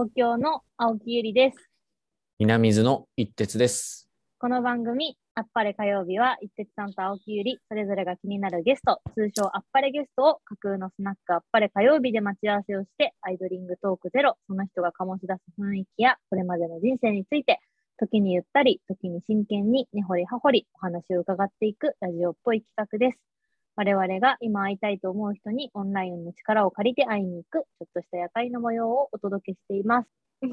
東京の青木ゆりです。 南水の一徹です。 この番組、あっぱれ火曜日は、一徹さんと青木ゆり、それぞれが気になるゲスト、通称あっぱれゲストを架空のスナックあっぱれ火曜日で待ち合わせをして、アイドリングトークゼロ、その人が醸し出す雰囲気や、これまでの人生について、時にゆったり、時に真剣に根掘り葉掘りお話を伺っていくラジオっぽい企画です。我々が今会いたいと思う人にオンラインの力を借りて会いに行く、ちょっとした夜会の模様をお届けしています。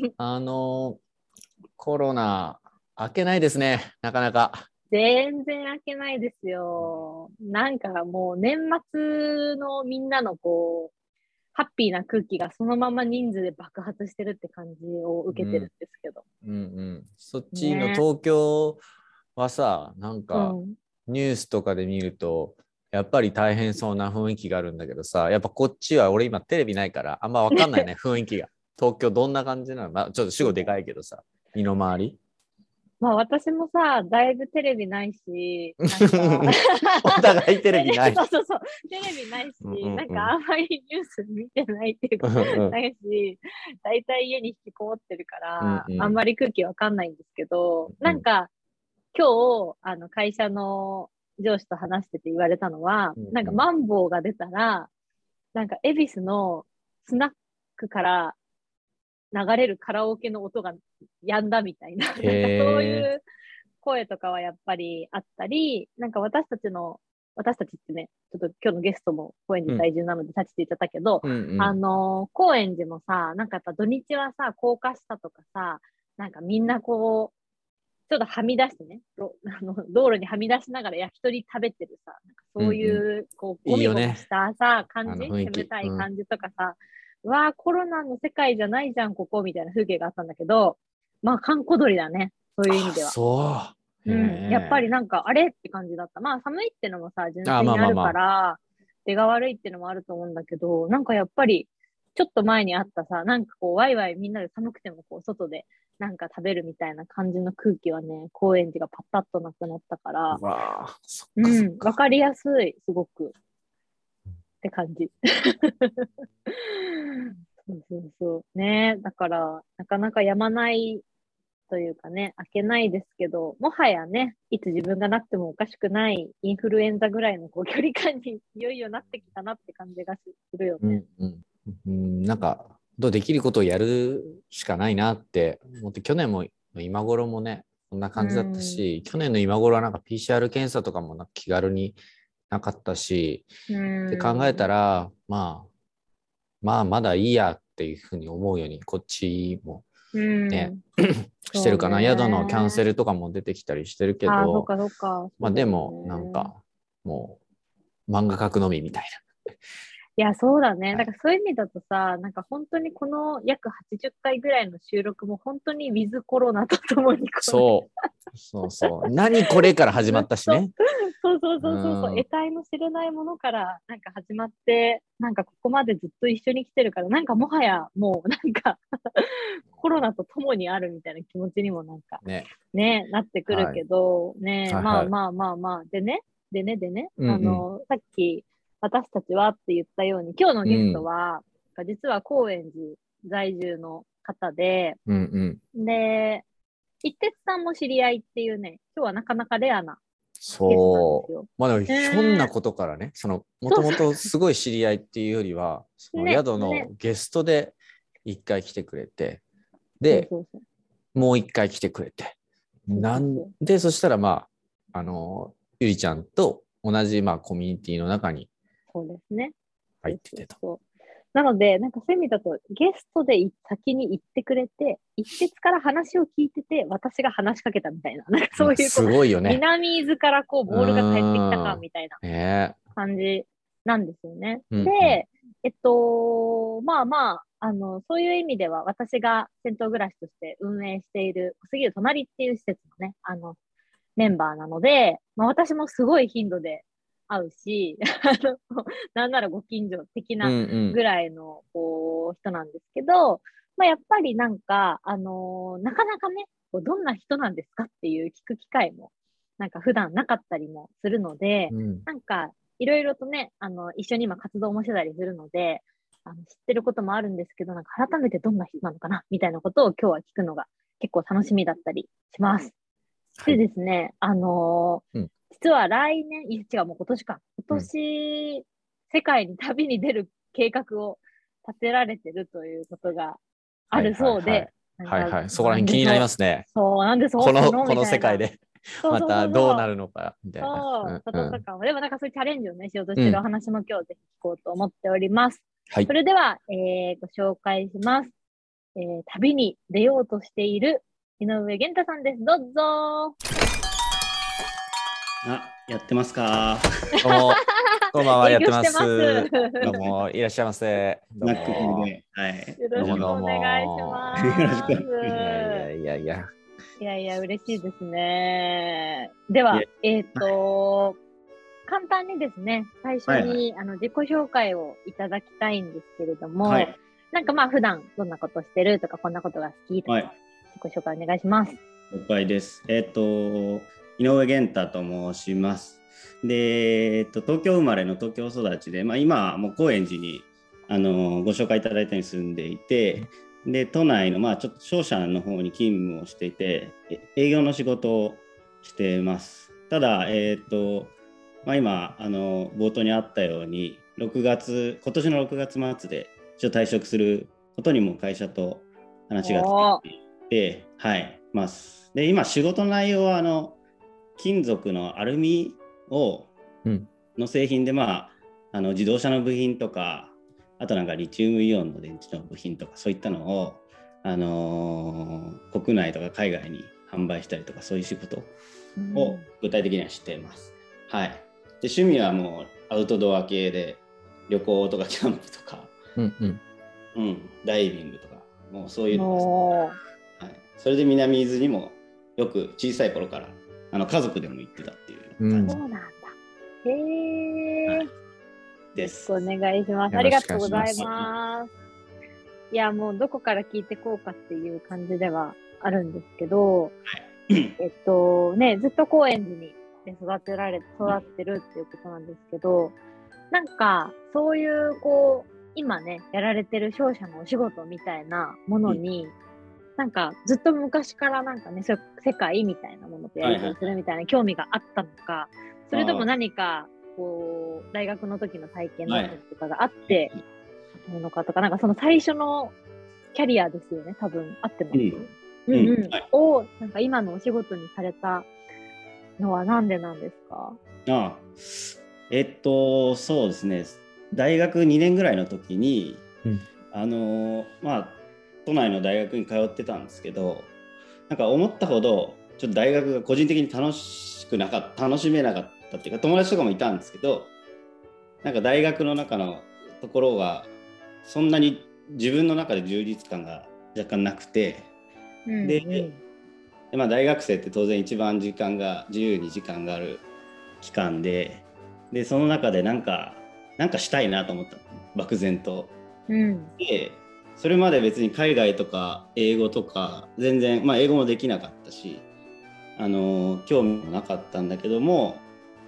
コロナ明けないですね、なかなか。 全然開けないですよ。なんかもう年末のみんなのハッピーな空気がそのまま人数で爆発してるって感じを受けてるんですけど。 そっちのね。 東京はさ、なんかうん。 ニュースとかで見ると、やっぱり大変そうな雰囲気があるんだけどさ、やっぱこっちは俺今テレビないからあんま分かんないね、雰囲気が。東京どんな感じなの？まあ、ちょっと主語でかいけどさ、身の回り。 まあ私もさ、だいぶテレビないし、なんかお互いテレビない。 そうそうそう、テレビないし、なんかあんまりニュース見てないっていうか、ないし、だいたい家に引きこもってるから、あんまり空気わかんないんですけど、なんか今日、会社の上司と話してて言われたのは、なんかマンボウが出たら、なんか恵比寿のスナックから流れるカラオケの音が止んだみたいな、なんかそういう声とかはやっぱりあったり、なんか私たちってね、ちょっと今日のゲストも高円寺在住なので立ちて言っちゃったけど、高円寺もさ、なんかやっぱ土日はさ、高架下とかさ、なんかみんなちょっとはみ出してね、道路にはみ出しながら焼き鳥食べてるさ、なんかそういう、ゴミゴミしたさ、感じ、煙たい感じとかさ、コロナの世界じゃないじゃん、ここ、みたいな風景があったんだけど、まあ、閑古鳥だね。そういう意味では。やっぱりなんか、あれって感じだった。まあ、寒いってのもさ、純粋にあるから、出が悪いってのもあると思うんだけど、なんかやっぱり、ちょっと前にあったさ、なんかワイワイみんなで寒くても外でなんか食べるみたいな感じの空気はね、高円寺がパタッとなくなったから、わかりやすい、すごく。って感じ。そうそうそう。ね、だから、なかなかやまないというかね、開けないですけど、もはやね、いつ自分がなってもおかしくないインフルエンザぐらいの距離感にいよいよなってきたなって感じがするよね。 なんか、できることをやるしかないなって思って、去年も今頃もね、こんな感じだったし、去年の今頃はなんか PCR 検査とかもなんか気軽になかったし、って考えたら、まあ、まだいいやっていうふうに思うように、こっちもね、してるかな。宿のキャンセルとかも出てきたりしてるけど、まあでも、なんか、もう、漫画描くのみみたいな。 いや、そうだね。だからそういう意味だとさ、なんか本当にこの約80回ぐらいの収録も本当にウィズコロナとともにそう。何これから始まったしね。 そう。得体の知れないものからなんか始まって、なんかここまでずっと一緒に来てるから、なんかもはやもうなんかコロナとともにあるみたいな気持ちにもなんかね、なってくるけど、まあ。でね、さっき私たちはって言ったように、今日のゲストは、実は高円寺在住の方で、で、一徹さんも知り合いっていうね、今日はなかなかレアなケースなんですよ。 まあでもひょんなことからね、もともとすごい知り合いっていうよりは、その宿のゲストで一回来てくれて、で、もう一回来てくれて。で、そしたらまあ、ゆりちゃんと同じまあコミュニティの中に入っててと。 なので、なんかそういう意味だと、ゲストで先に行ってくれて、一徹から話を聞いてて、私が話しかけたみたいな、なんかそういう、 すごいよね。 南伊豆からボールが返ってきたか、みたいな感じなんですよね。で、そういう意味では、私が銭湯暮らしとして運営している、小杉湯隣っていう施設のね、メンバーなので、私もすごい頻度で会うし、なんならご近所的なぐらいの人なんですけど、やっぱりなんか、なかなかね、どんな人なんですかっていう聞く機会も、なんか普段なかったりもするので、なんか、いろいろとね、一緒に今活動もしてたりするので、 知ってることもあるんですけど、なんか改めてどんな人なのかなみたいなことを今日は聞くのが結構楽しみだったりします。でですね、実は来年、違う、もう今年か。今年、世界に旅に出る計画を立てられてるということがあるそうで。 はいはい。そこら辺気になりますね。 そうなんです。 この世界でまたどうなるのかみたいな。こととかも。でもなんかそういうチャレンジをね、しようとしてるお話も今日ぜひ聞こうと思っております。はい。それでは、ご紹介します。旅に出ようとしている井上源太さんです。どうぞ。 やってますか。 どうも、こんばんは、やってます。どうも、いらっしゃいませ。 ナックフルで、はい。 よろしくお願いします。 よろしく。 いや、嬉しいですね。では、簡単にですね、最初に、自己紹介をいただきたいんですけれども、なんかまあ普段どんなことしてるとか、こんなことが好きとか、自己紹介お願いします。 了解です。井上源太と申します。で、東京生まれの東京育ちで、今はもう高円寺にご紹介いただいたように住んでいて、で都内のちょっと商社の方に勤務をしていて、営業の仕事をしてます。ただ、今冒頭にあったように今年の6月末で退職することにも会社と話がついていて、ます。で今仕事の内容は金属のアルミの製品で、自動車の部品とか、あとなんかリチウムイオンの電池の部品とか、そういったのを、国内とか海外に販売したりとか、そういう仕事を具体的にはしています。で趣味はもうアウトドア系で、旅行とかキャンプとか、ダイビングとか、もうそういうのです。それで南伊豆にもよく小さい頃から家族でも行ってたっていう感じ。 そうなんだ。へえ。です。よろしくお願いします。ありがとうございます。いや、もうどこから聞いてこうかっていう感じではあるんですけど、ずっと高円寺に育ってるっていうことなんですけど、なんかそういう今ねやられてる商社のお仕事みたいなものに、なんかずっと昔からなんかね、世界みたいなものとやり取りするみたいな興味があったのか、それとも何か大学の時の体験だったりとかがあってなのかとか、なんかその最初のキャリアですよね、多分合ってます。をなんか今のお仕事にされたのはなんでなんですか？ そうですね。大学2年ぐらいの時に、都内の大学に通ってたんですけど、なんか思ったほどちょっと大学が個人的に楽しめなかったっていうか、友達とかもいたんですけど、なんか大学の中のところがそんなに自分の中で充実感が若干なくて、で大学生って当然一番自由に時間がある期間で、その中でなんかしたいなと思った、漠然と。でそれまで別に海外とか英語とか全然、英語もできなかったし、興味もなかったんだけども、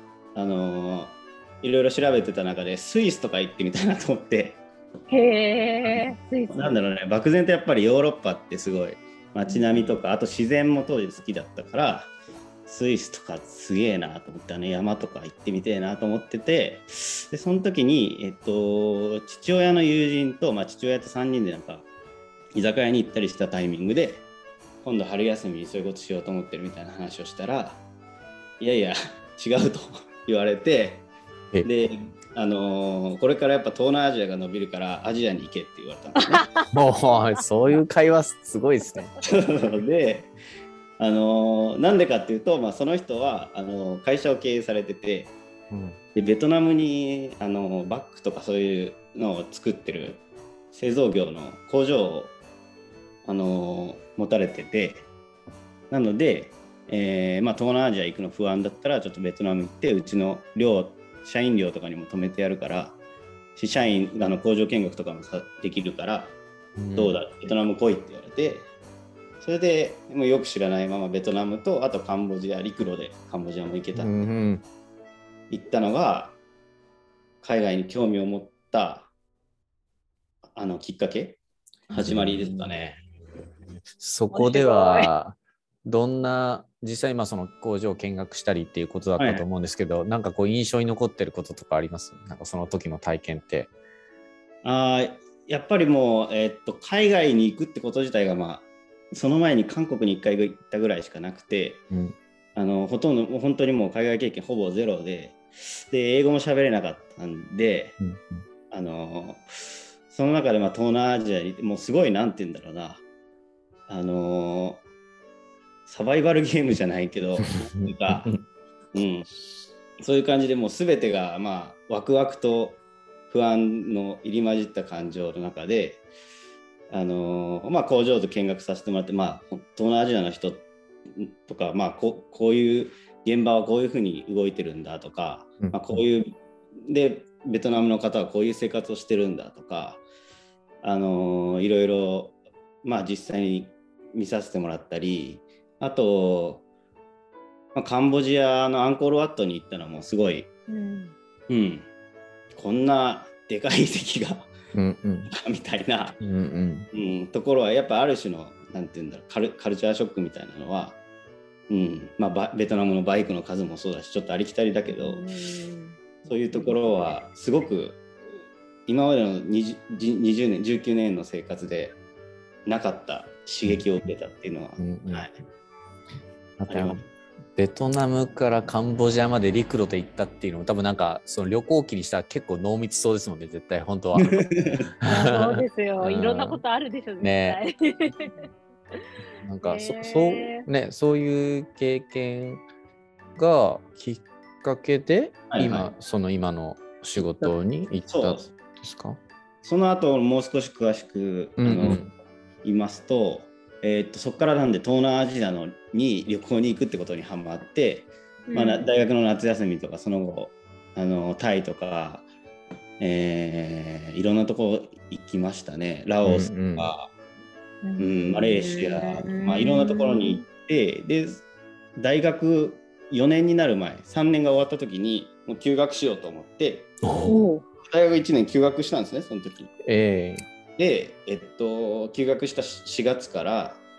いろいろ調べてた中でスイスとか行ってみたいなと思って。 スイス。 なんだろうね、漠然とやっぱりヨーロッパってすごい街並みとか、あと自然も当時好きだったから、スイスとかすげえなと思って、山とか行ってみてえなと思ってて、でその時に、父親の友人と、父親と3人でなんか居酒屋に行ったりしたタイミングで、今度春休みにそういうことしようと思ってるみたいな話をしたら、いやいや違うと言われて、でこれからやっぱ東南アジアが伸びるからアジアに行けって言われたんですね。 もうそういう会話すごいですね。 でなんでかっていうと、その人は会社を経営されてて、でベトナムにバッグとかそういうのを作ってる製造業の工場を持たれてて、なので、東南アジア行くの不安だったらちょっとベトナム行って、うちの社員寮とかにも泊めてやるから、社員工場見学とかもできるから、どうだベトナム来いって言われて、それでもうよく知らないままベトナムと、あとカンボジア、陸路でカンボジアも行けたんで、行ったのが海外に興味を持ったきっかけ、始まりですかね。 そこではどんな、実際その工場を見学したりっていうことだったと思うんですけど、なんかこう印象に残ってることとかあります？なんかその時の体験って。 やっぱりもう、海外に行くってこと自体が、その前に韓国に1回行ったぐらいしかなくて、ほとんど本当にもう海外経験ほぼゼロで、英語も喋れなかったんで、その中で東南アジアにもうすごいなんて言うんだろうな、サバイバルゲームじゃないけどそういう感じでもう全てがワクワクと不安の入り混じった感情の中で、工場と見学させてもらって、東南アジアの人とか、こういう現場はこういうふうに動いてるんだとか、こういうでベトナムの方はこういう生活をしてるんだとか、いろいろ実際に見させてもらったり、あと、カンボジアのアンコールワットに行ったのもすごい、こんなでかい遺跡がみたいな、ところはやっぱある種のなんて言うんだろう、カルチャーショックみたいなのは、ベトナムのバイクの数もそうだし、ちょっとありきたりだけど、そういうところはすごく今までの20年19年の生活でなかった刺激を受けたっていうのは、 ベトナムからカンボジアまで陸路で行ったっていうのも多分なんかその旅行記にしたら結構濃密そうですもんね、絶対本当は。 そうですよ、いろんなことあるでしょ絶対。 なんかそういう経験がきっかけで今の仕事に行ったんですか？ その後もう少し詳しく言いますと、そこからなんで東南アジアに旅行に行くってことにハマって、大学の夏休みとかその後タイとか、いろんなとこ行きましたね。ラオスとか、マレーシア、いろんなところに行って、で大学4年になる前、3年が終わった時にもう休学しようと思って、大学1年休学したんですね、その時。で、休学した4月から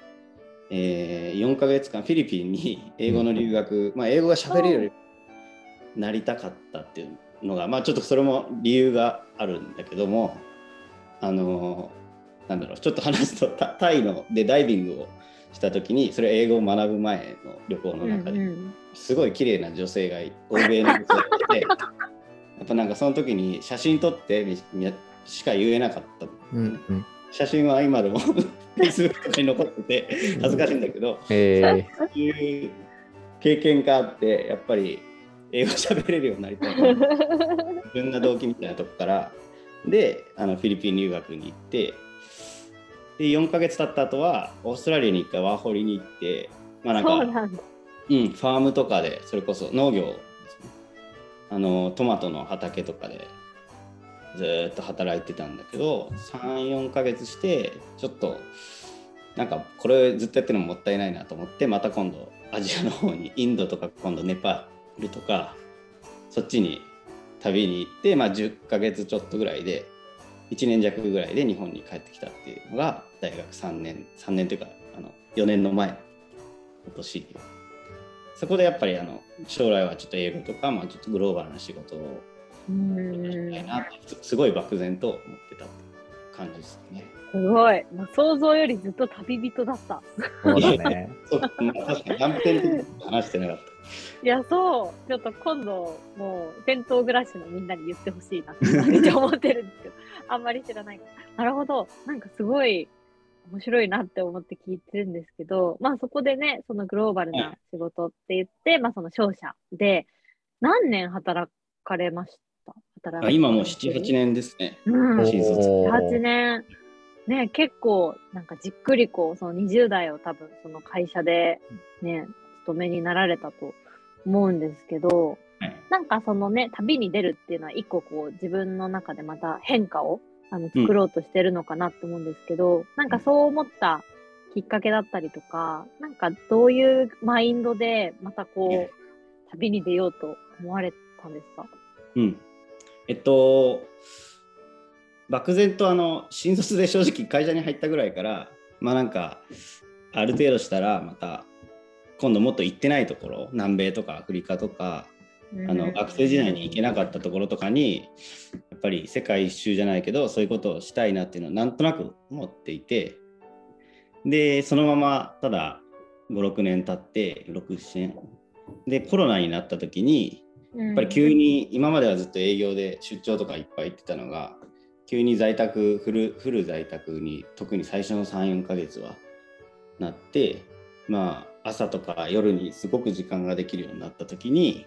、4ヶ月間フィリピンに英語の留学、英語が喋れるようになりたかったっていうのが、ちょっとそれも理由があるんだけども、なんだろう、ちょっと話すとタイでダイビングをした時に、それ英語を学ぶ前の旅行の中ですごい綺麗な女性が欧米の女性がいてやっぱなんかその時に写真撮ってしか言えなかった、写真は今でも Facebook とかに残ってて恥ずかしいんだけど、そういう経験があってやっぱり英語喋れるようになりたい自分が動機みたいなとこからでフィリピン留学に行って、で4ヶ月経った後はオーストラリアに1回ワーホリに行って、なんかファームとかでそれこそ農業ですね、トマトの畑とかでずっと働いてたんだけど、3、4ヶ月してちょっとなんかこれずっとやってるのもったいないなと思って、また今度アジアの方にインドとか今度ネパールとかそっちに旅に行って、10ヶ月ちょっとぐらいで1年弱ぐらいで日本に帰ってきたっていうのが大学3年というか4年の前の年。そこでやっぱり将来はちょっと英語とか、ちょっとグローバルな仕事をやりたいなってすごい漠然と思ってたっていう感じですね。 すごい、想像よりずっと旅人だった。 そうだね。 確かに断片的に話してなかった。 いや、そう、ちょっと今度もう銭湯暮らしのみんなに言ってほしいなってめっちゃ思ってるんですけど、あんまり知らないから。なるほど、なんかすごい面白いなって思って聞いてるんですけど、そこでね、そのグローバルな仕事って言って、その商社で何年働かれました？ 今もう7、8年ですね。 新卒。8年。ね、結構なんかじっくりその20代を多分その会社でね、勤めになられたと思うんですけど、なんかそのね、旅に出るっていうのは一個自分の中でまた変化を作ろうとしてるのかなって思うんですけど、なんかそう思ったきっかけだったりとか、なんかどういうマインドでまた旅に出ようと思われたんですか？ 漠然と新卒で正直会社に入ったぐらいから、まあなんかある程度したらまた今度もっと行ってないところ、南米とかアフリカとか、学生時代に行けなかったところとかにやっぱり世界一周じゃないけどそういうことをしたいなっていうのをなんとなく思っていて、でそのままただ5、6年経って6、7年でコロナになった時にやっぱり急に今まではずっと営業で出張とかいっぱい行ってたのが急に在宅フル在宅に特に最初の 3、4 ヶ月はなって、まあ朝とか夜にすごく時間ができるようになった時に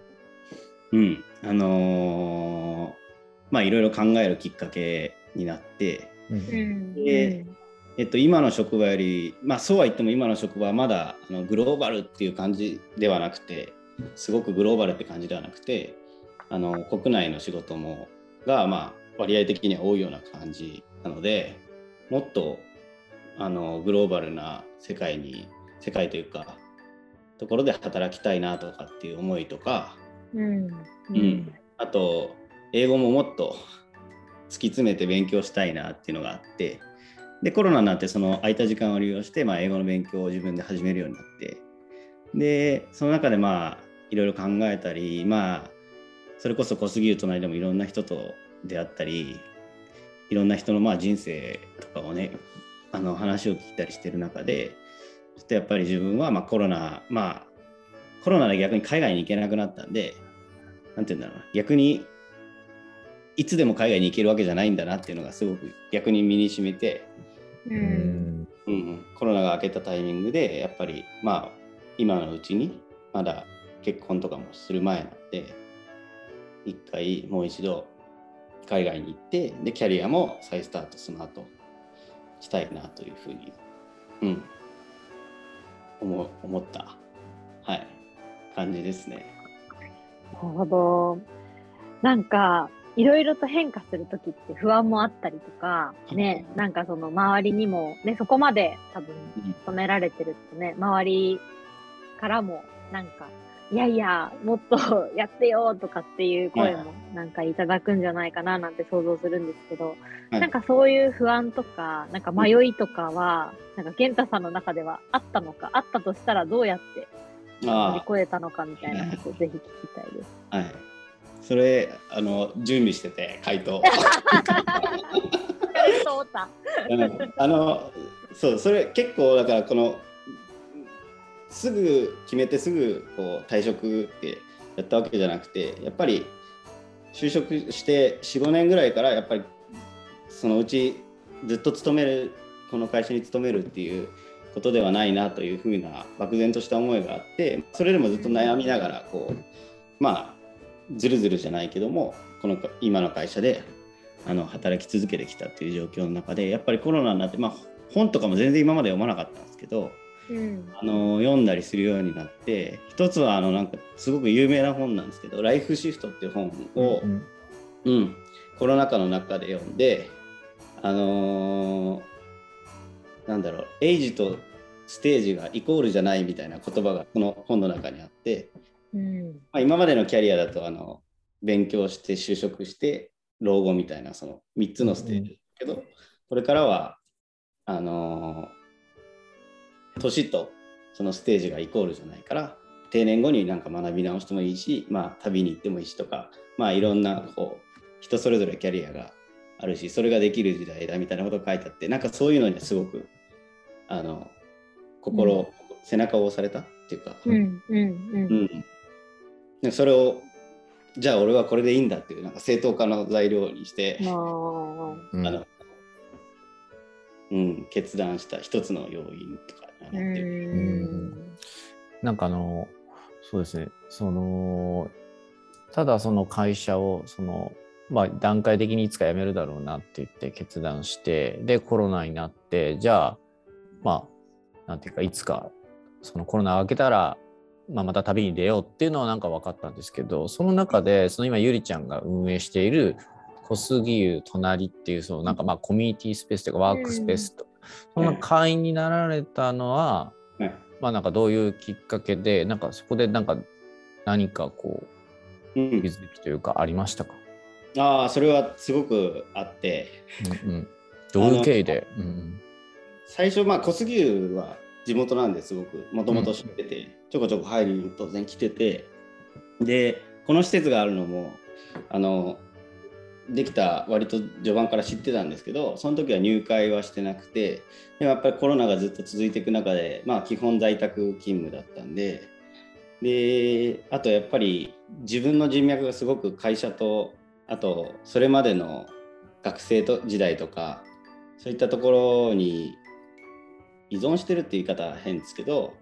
まあいろいろ考えるきっかけになって、で今の職場より、まあそうは言っても今の職場はまだグローバルっていう感じではなくて、すごくグローバルって感じではなくて、国内の仕事もがまあ割合的には多いような感じなので、もっとグローバルな世界というかところで働きたいなとかっていう思いとか、あと英語ももっと突き詰めて勉強したいなっていうのがあって、でコロナになってその空いた時間を利用して、まあ、英語の勉強を自分で始めるようになって、でその中でまあいろいろ考えたり、まあそれこそ小杉湯隣でもいろんな人と出会ったり、いろんな人のまあ人生とかをね話を聞いたりしてる中で、ちょっとやっぱり自分はまあコロナで逆に海外に行けなくなったんで、なんて言うんだろうな、逆にいつでも海外に行けるわけじゃないんだなっていうのがすごく逆に身に染みて、コロナが明けたタイミングでやっぱりまあ今のうちにまだ結婚とかもする前なんでもう一度海外に行って、でキャリアも再スタートその後したいなというふうに、思った、感じですね。 なるほど。なんかいろいろと変化するときって不安もあったりとかね、なんかその周りにもね、そこまで多分止められてるとね、周りからもなんかいやいやもっとやってよとかっていう声もなんかいただくんじゃないかななんて想像するんですけど、なんかそういう不安とかなんか迷いとかはなんか健太さんの中ではあったのか、あったとしたらどうやって乗り越えたのかみたいなことをぜひ聞きたいです。 それ準備してて回答そう、それ結構だからすぐ決めてすぐこう退職ってやったわけじゃなくて、やっぱり就職して4、5年ぐらいからやっぱりそのうちずっとこの会社に勤めるっていうことではないなというふうな漠然とした思いがあって、それでもずっと悩みながらまあずるずるじゃないけども今の会社で働き続けてきたっていう状況の中で、やっぱりコロナになって、まあ、本とかも全然今まで読まなかったんですけど、読んだりするようになって、一つはなんかすごく有名な本なんですけど、ライフシフトっていう本を、コロナ禍の中で読んで、なんだろう、エイジとステージがイコールじゃないみたいな言葉がこの本の中にあって、まあ、今までのキャリアだと勉強して就職して老後みたいなその3つのステージだけど、これからは年とそのステージがイコールじゃないから、定年後になんか学び直してもいいし、まあ、旅に行ってもいいしとか、まあ、いろんな人それぞれキャリアがあるし、それができる時代だみたいなことが書いてあって、なんかそういうのにすごく背中を押されたっていうか、それをじゃあ俺はこれでいいんだっていうなんか正当化の材料にして決断した一つの要因とかになってる。 なんかそうですね、ただその会社をまあ、段階的にいつか辞めるだろうなって言って決断して、でコロナになって、じゃあまあなんていうか、いつかそのコロナが明けたら、まあ、また旅に出ようっていうのはなんか分かったんですけど、その中で今ゆりちゃんが運営している小杉湯隣っていうなんかまあコミュニティスペースというかワークスペースと、その会員になられたのは、まあなんかどういうきっかけで、なんかそこでなんか何か気づきというかありましたか？ ああ、それはすごくあって、 うんうん、どういう経緯で？ 最初、まあ、小杉湯は地元なんですごく、もともと知ってて、ちょこちょこ入りに当然来てて、で、この施設があるのも、できた割と序盤から知ってたんですけど、その時は入会はしてなくて、でもやっぱりコロナがずっと続いていく中で、まあ、基本在宅勤務だったんで、あとやっぱり自分の人脈がすごく会社と、あとそれまでの学生時代とか、そういったところに依存してるって言い方は変ですけど、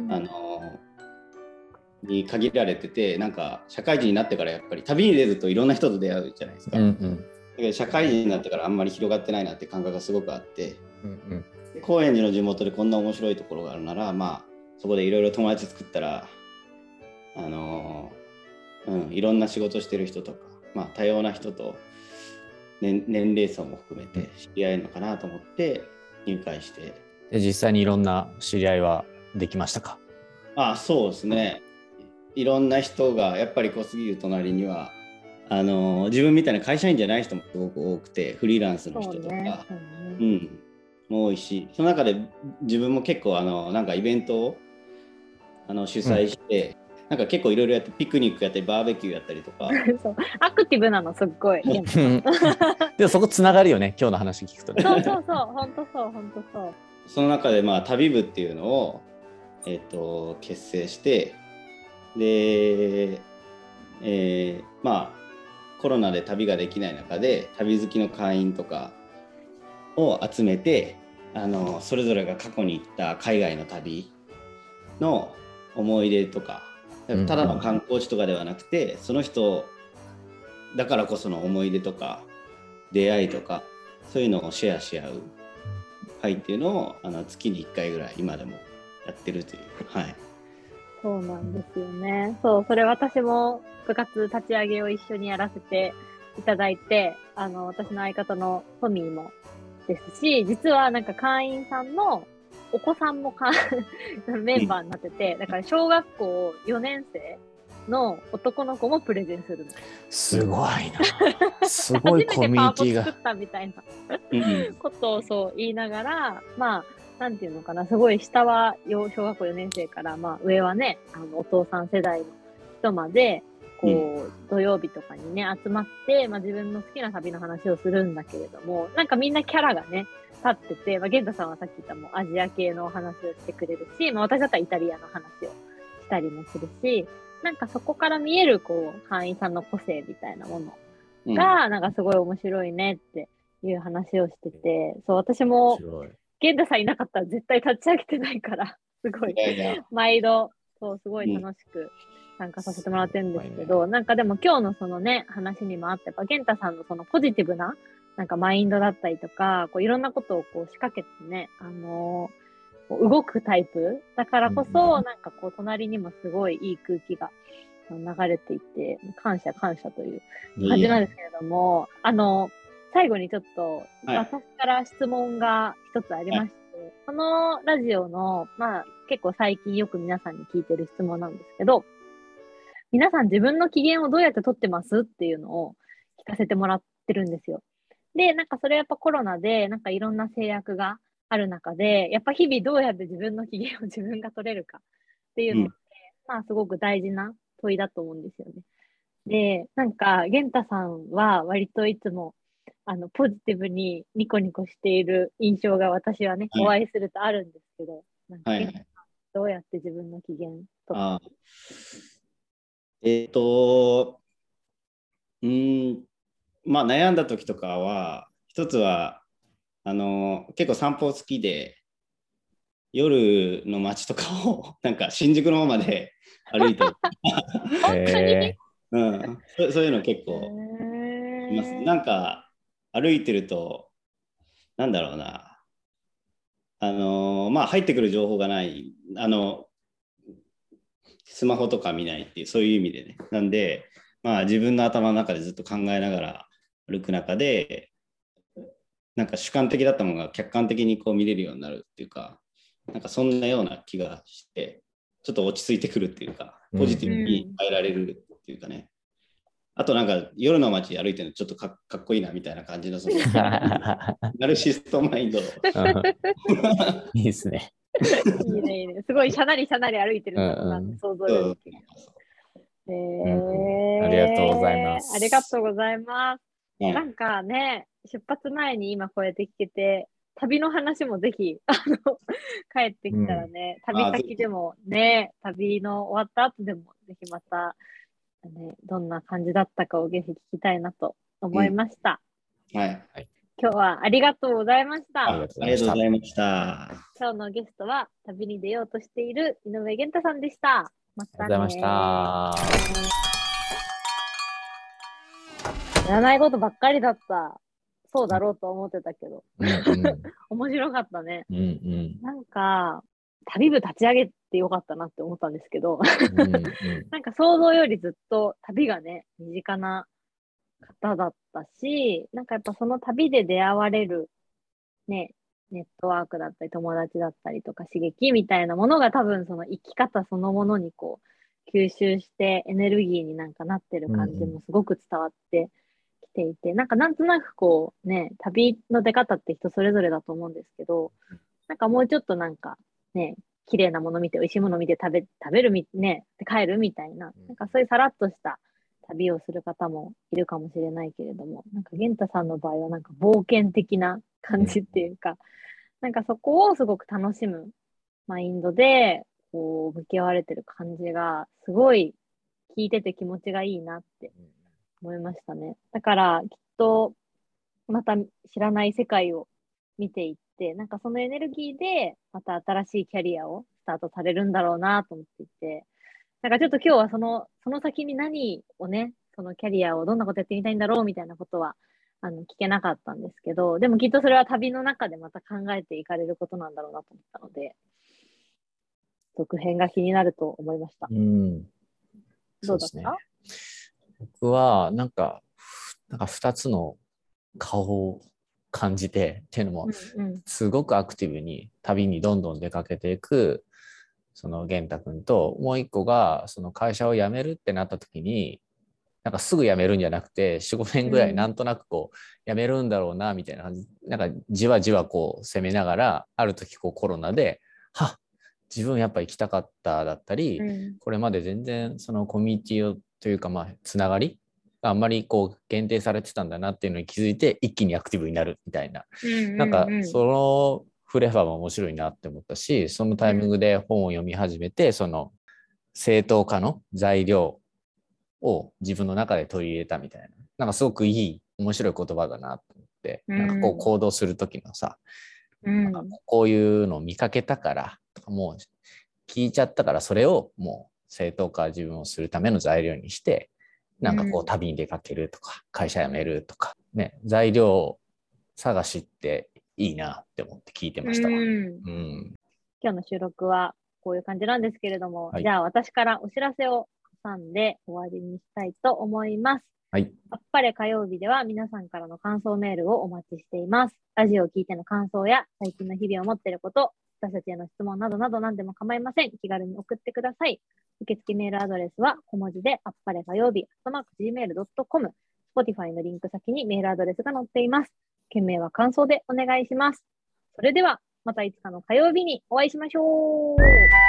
に限られてて、なんか社会人になってからやっぱり旅に出るといろんな人と出会うじゃないですか。だけど社会人になってからあんまり広がってないなって感覚がすごくあって、高円寺の地元でこんな面白いところがあるなら、まあそこでいろいろ友達作ったら、いろんな仕事してる人とか、まあ、多様な人と、年齢層も含めて知り合えるのかなと思って入会して。 で実際にいろんな知り合いはできましたか？ そうですね。いろんな人がやっぱり小杉湯隣には自分みたいな会社員じゃない人もすごく多くて、フリーランスの人とか、も多いし、その中で自分も結構なんかイベントを主催して、なんか結構いろいろやって、ピクニックやったりバーベキューやったりとかそうアクティブなのすっごいでもそこつながるよね、今日の話聞くとね。 そう本当そう。 その中でまあ旅部っていうのを、結成して、で、まあコロナで旅ができない中で旅好きの会員とかを集めて、それぞれが過去に行った海外の旅の思い出とか、ただの観光地とかではなくて、その人だからこその思い出とか出会いとか、そういうのをシェアし合う会っていうのを月に1回ぐらい今でもやってるという。 そうなんですよね。それ私も部活立ち上げを一緒にやらせていただいて、私の相方のトミーもですし、実はなんか会員さんのお子さんもメンバーになってて、だから小学校4年生の男の子もプレゼンするの。 すごいな。すごいコミュニティが。 初めてパワポ作ったみたいなことをそう言いながら、まあ、なんていうのかな、すごい下は小学校4年生から、まあ上はね、お父さん世代の人まで、こう、土曜日とかにね、集まって、まあ自分の好きな旅の話をするんだけれども、なんかみんなキャラがね、立ってて、まあ、玄太さんはさっき言ったもうアジア系のお話をしてくれるし、まあ私だったらイタリアの話をしたりもするし、なんかそこから見える、こう、会員さんの個性みたいなものが、なんかすごい面白いねっていう話をしてて、そう、私も、玄太さんいなかったら絶対立ち上げてないから、すごい、毎度、そう、すごい楽しく参加させてもらってるんですけど、なんかでも今日のそのね、話にもあって、やっぱ玄太さんのそのポジティブな、なんかマインドだったりとか、こういろんなことをこう仕掛けてね、動くタイプだからこそ、なんかこう隣にもすごいいい空気が流れていて、感謝という感じなんですけれども、最後にちょっと私から質問が一つありまして、このラジオの、まあ結構最近よく皆さんに聞いてる質問なんですけど、皆さん自分の機嫌をどうやって取ってますっていうのを聞かせてもらってるんですよ。で、なんかそれやっぱコロナでなんかいろんな制約がある中で、やっぱ日々どうやって自分の機嫌を自分が取れるかっていうのって、まあすごく大事な問いだと思うんですよね。で、なんか玄太さんは割といつもポジティブにニコニコしている印象が私はね、お会いするとあるんですけど、なんかどうやって自分の機嫌取ってまあ悩んだ時とかは、一つは結構散歩好きで、夜の街とかをなんか新宿のままで歩いて本当に、 そういうの結構います。なんか歩いてると、なんだろうな、まあ入ってくる情報がない、スマホとか見ないっていう、そういう意味でね。なんで、まあ自分の頭の中でずっと考えながら歩く中で、なんか主観的だったものが客観的にこう見れるようになるっていうか、なんかそんなような気がして、ちょっと落ち着いてくるっていうか、ポジティブに変えられるっていうかね。 あとなんか夜の街歩いてるのちょっとかっこいいなみたいな感じのそのナルシストマインド。 いいですね。 いいね、いいね。すごいしゃなりしゃなり歩いてるんだろうなって想像できる。 ありがとうございます。 ありがとうございます。 はい、 なんかね、出発前に今こうやって聞けて、旅の話もぜひ、帰ってきたらね、旅先でもね、旅の終わった後でも、ぜひまた、ね、どんな感じだったかをぜひ聞きたいなと思いました。 はい。 今日はありがとうございました。 ありがとうございました。 今日のゲストは旅に出ようとしている井上源太さんでした。またね。 ありがとうございました。 知らないことばっかりだった。そうだろうと思ってたけど。面白かったね。なんか、旅部立ち上げてよかったなって思ったんですけど、なんか想像よりずっと旅がね、身近な方だったし、なんかやっぱその旅で出会われるね、ネットワークだったり友達だったりとか刺激みたいなものが多分その生き方そのものにこう吸収してエネルギーになんかなってる感じもすごく伝わってきていて、なんかなんとなくこうね、旅の出方って人それぞれだと思うんですけど、なんかもうちょっとなんかね、綺麗なもの見て美味しいもの見て食べるね、で帰るみたいな、なんかそういうさらっとした旅をする方もいるかもしれないけれども、なんか玄太さんの場合はなんか冒険的な感じっていうか、なんかそこをすごく楽しむマインドでこう向き合われてる感じがすごい聞いてて気持ちがいいなって思いましたね。だからきっとまた知らない世界を見ていって、なんかそのエネルギーでまた新しいキャリアをスタートされるんだろうなと思っていて、なんかちょっと今日はその先に何をね、そのキャリアをどんなことやってみたいんだろうみたいなことは聞けなかったんですけど、でもきっとそれは旅の中でまた考えていかれることなんだろうなと思ったので、続編が気になると思いました。どうだった？ね、 僕はなんか2つの顔を感じてっていうのも、すごくアクティブに旅にどんどん出かけていくその玄太君と、もう一個がその会社を辞めるってなった時に、なんかすぐ辞めるんじゃなくて 4,5 年ぐらいなんとなくこう辞めるんだろうなみたいな感じ、なんかじわじわこう攻めながら、ある時こうコロナで自分やっぱ行きたかっただったり、これまで全然そのコミュニティをというかまあつながりがあんまりこう限定されてたんだなっていうのに気づいて、一気にアクティブになるみたいな、なんかそのフレーバーも面白いなって思ったし、そのタイミングで本を読み始めて、その正当化の材料を自分の中で取り入れたみたいな、なんかすごくいい面白い言葉だなと思って、なんかこう行動する時のさ、なんかこういうのを見かけたからとか、もう聞いちゃったからそれをもう正当化自分をするための材料にして、なんかこう旅に出かけるとか会社辞めるとかね、材料探しっていいなって思って聞いてましたわ。 今日の収録はこういう感じなんですけれども、じゃあ私からお知らせを挟んで終わりにしたいと思います。あっぱれ火曜日では皆さんからの感想メールをお待ちしています。ラジオを聞いての感想や最近の日々を持っていること、私たちへの質問などなど何でも構いません。気軽に送ってください。受付メールアドレスは小文字であっぱれ火曜日@gmail.com、Spotify のリンク先にメールアドレスが載っています。件名は感想でお願いします。それではまたいつかの火曜日にお会いしましょう。